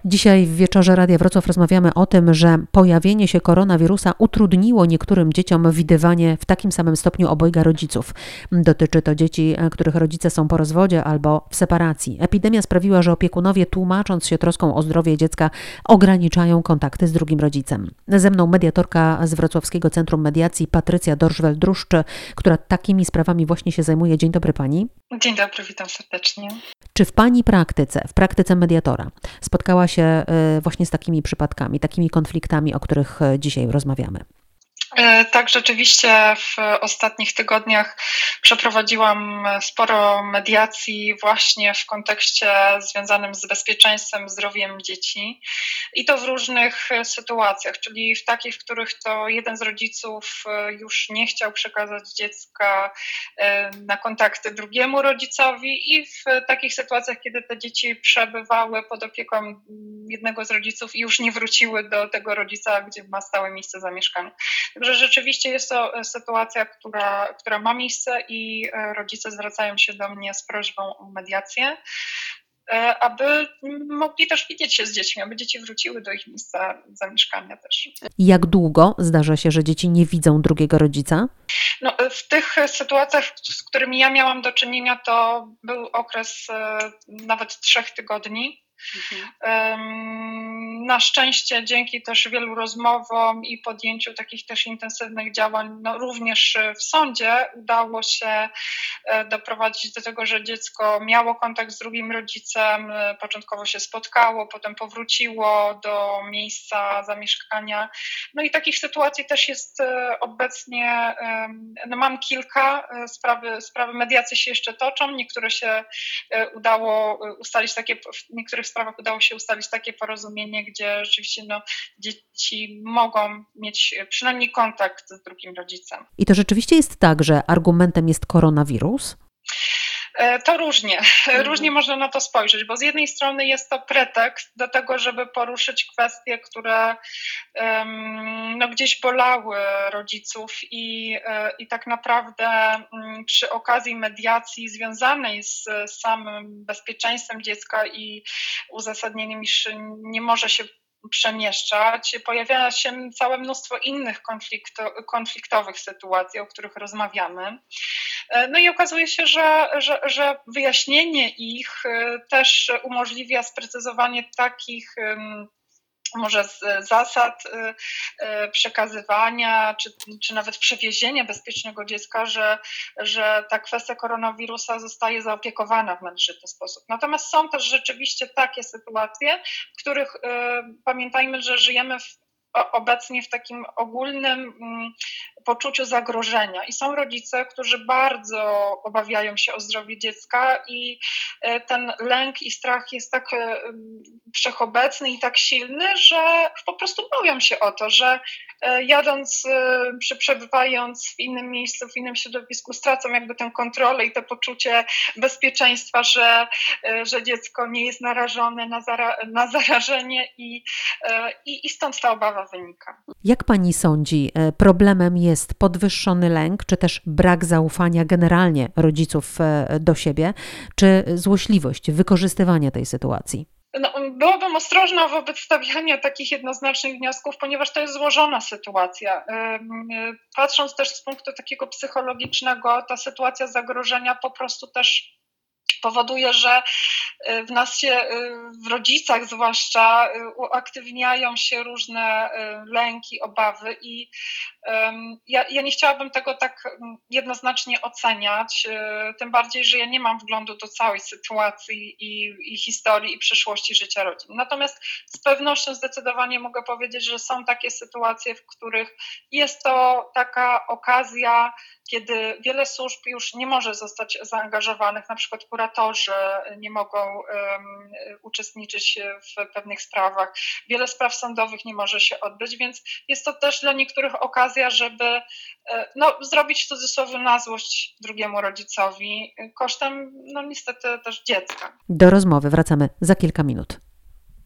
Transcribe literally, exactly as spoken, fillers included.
Dzisiaj w wieczorze Radia Wrocław rozmawiamy o tym, że pojawienie się koronawirusa utrudniło niektórym dzieciom widywanie w takim samym stopniu obojga rodziców. Dotyczy to dzieci, których rodzice są po rozwodzie albo w separacji. Epidemia sprawiła, że opiekunowie, tłumacząc się troską o zdrowie dziecka, ograniczają kontakty z drugim rodzicem. Ze mną mediatorka z Wrocławskiego Centrum Mediacji Patrycja Dorszwel-Druszcz, która takimi sprawami właśnie się zajmuje. Dzień dobry Pani. Dzień dobry, witam serdecznie. Czy w Pani praktyce, w praktyce mediatora spotkała się właśnie z takimi przypadkami, takimi konfliktami, o których dzisiaj rozmawiamy? Tak, rzeczywiście w ostatnich tygodniach przeprowadziłam sporo mediacji właśnie w kontekście związanym z bezpieczeństwem, zdrowiem dzieci i to w różnych sytuacjach, czyli w takich, w których to jeden z rodziców już nie chciał przekazać dziecka na kontakty drugiemu rodzicowi i w takich sytuacjach, kiedy te dzieci przebywały pod opieką jednego z rodziców i już nie wróciły do tego rodzica, gdzie ma stałe miejsce zamieszkania. Także rzeczywiście jest to sytuacja, która, która ma miejsce i rodzice zwracają się do mnie z prośbą o mediację, aby mogli też widzieć się z dziećmi, aby dzieci wróciły do ich miejsca zamieszkania też. Jak długo zdarza się, że dzieci nie widzą drugiego rodzica? No, w tych sytuacjach, z którymi ja miałam do czynienia, to był okres nawet trzech tygodni. Mhm. Na szczęście dzięki też wielu rozmowom i podjęciu takich też intensywnych działań, no również w sądzie udało się doprowadzić do tego, że dziecko miało kontakt z drugim rodzicem, początkowo się spotkało, potem powróciło do miejsca zamieszkania. No i takich sytuacji też jest obecnie, no mam kilka, sprawy, sprawy mediacji się jeszcze toczą, niektóre się udało ustalić takie, w niektórych sprawach udało się ustalić takie porozumienie, gdzie rzeczywiście no, dzieci mogą mieć przynajmniej kontakt z drugim rodzicem. I to rzeczywiście jest tak, że argumentem jest koronawirus? To różnie, mhm. różnie można na to spojrzeć, bo z jednej strony jest to pretekst do tego, żeby poruszyć kwestie, które um, no, gdzieś bolały rodziców i, i tak naprawdę um, przy okazji mediacji związanej z samym bezpieczeństwem dziecka i uzasadnieniem, iż nie może się przemieszczać, pojawia się całe mnóstwo innych konflikto, konfliktowych sytuacji, o których rozmawiamy. No i okazuje się, że, że, że wyjaśnienie ich też umożliwia sprecyzowanie takich może z zasad przekazywania, czy, czy nawet przewiezienia bezpiecznego dziecka, że, że ta kwestia koronawirusa zostaje zaopiekowana w należyty sposób. Natomiast są też rzeczywiście takie sytuacje, w których y, pamiętajmy, że żyjemy w obecnie w takim ogólnym poczuciu zagrożenia i są rodzice, którzy bardzo obawiają się o zdrowie dziecka i ten lęk i strach jest tak wszechobecny i tak silny, że po prostu boją się o to, że jadąc, czy przebywając w innym miejscu, w innym środowisku stracą jakby tę kontrolę i to poczucie bezpieczeństwa, że, że dziecko nie jest narażone na, zara, na zarażenie i, i, i stąd ta obawa wynika. Jak Pani sądzi, problemem jest podwyższony lęk, czy też brak zaufania generalnie rodziców do siebie, czy złośliwość, wykorzystywanie tej sytuacji? No, byłabym ostrożna wobec stawiania takich jednoznacznych wniosków, ponieważ to jest złożona sytuacja. Patrząc też z punktu takiego psychologicznego, ta sytuacja zagrożenia po prostu też powoduje, że w nas się, w rodzicach zwłaszcza, uaktywniają się różne lęki, obawy i ja, ja nie chciałabym tego tak jednoznacznie oceniać, tym bardziej, że ja nie mam wglądu do całej sytuacji i, i historii i przyszłości życia rodzin. Natomiast z pewnością zdecydowanie mogę powiedzieć, że są takie sytuacje, w których jest to taka okazja, kiedy wiele służb już nie może zostać zaangażowanych, na przykład kuratorzy nie mogą um, uczestniczyć w pewnych sprawach, wiele spraw sądowych nie może się odbyć, więc jest to też dla niektórych okazja, żeby no, zrobić w cudzysłowie na złość drugiemu rodzicowi kosztem no niestety też dziecka. Do rozmowy wracamy za kilka minut.